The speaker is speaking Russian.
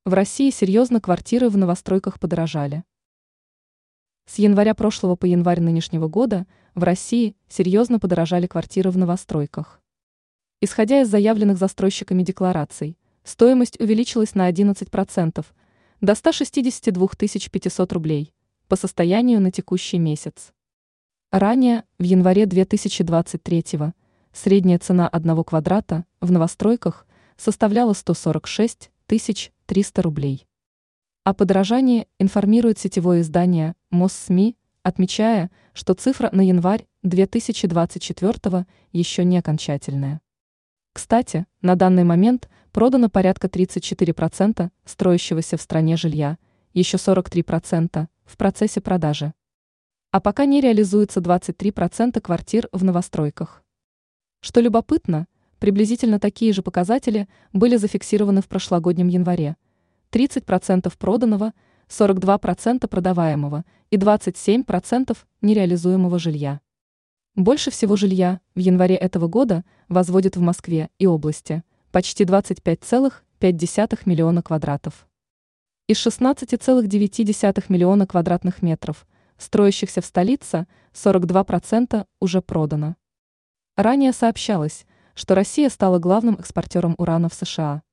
В России серьезно квартиры в новостройках подорожали. С января прошлого по январь нынешнего года в России серьезно подорожали квартиры в новостройках. Исходя из заявленных застройщиками деклараций, стоимость увеличилась на 11% до 162 500 рублей по состоянию на текущий месяц. Ранее, в январе 2023 средняя цена одного квадрата в новостройках составляла 146 300 рублей. О подорожании информирует сетевое издание МОС-СМИ, отмечая, что цифра на январь 2024 еще не окончательная. Кстати, на данный момент продано порядка 34% строящегося в стране жилья, еще 43% в процессе продажи. А пока не реализуется 23% квартир в новостройках. Что любопытно, приблизительно такие же показатели были зафиксированы в прошлогоднем январе. 30% проданного, 42% продаваемого и 27% нереализуемого жилья. Больше всего жилья в январе этого года возводят в Москве и области – почти 25,5 миллиона квадратов. Из 16,9 миллиона квадратных метров, строящихся в столице, 42% уже продано. Ранее сообщалось, что Россия стала главным экспортером урана в США.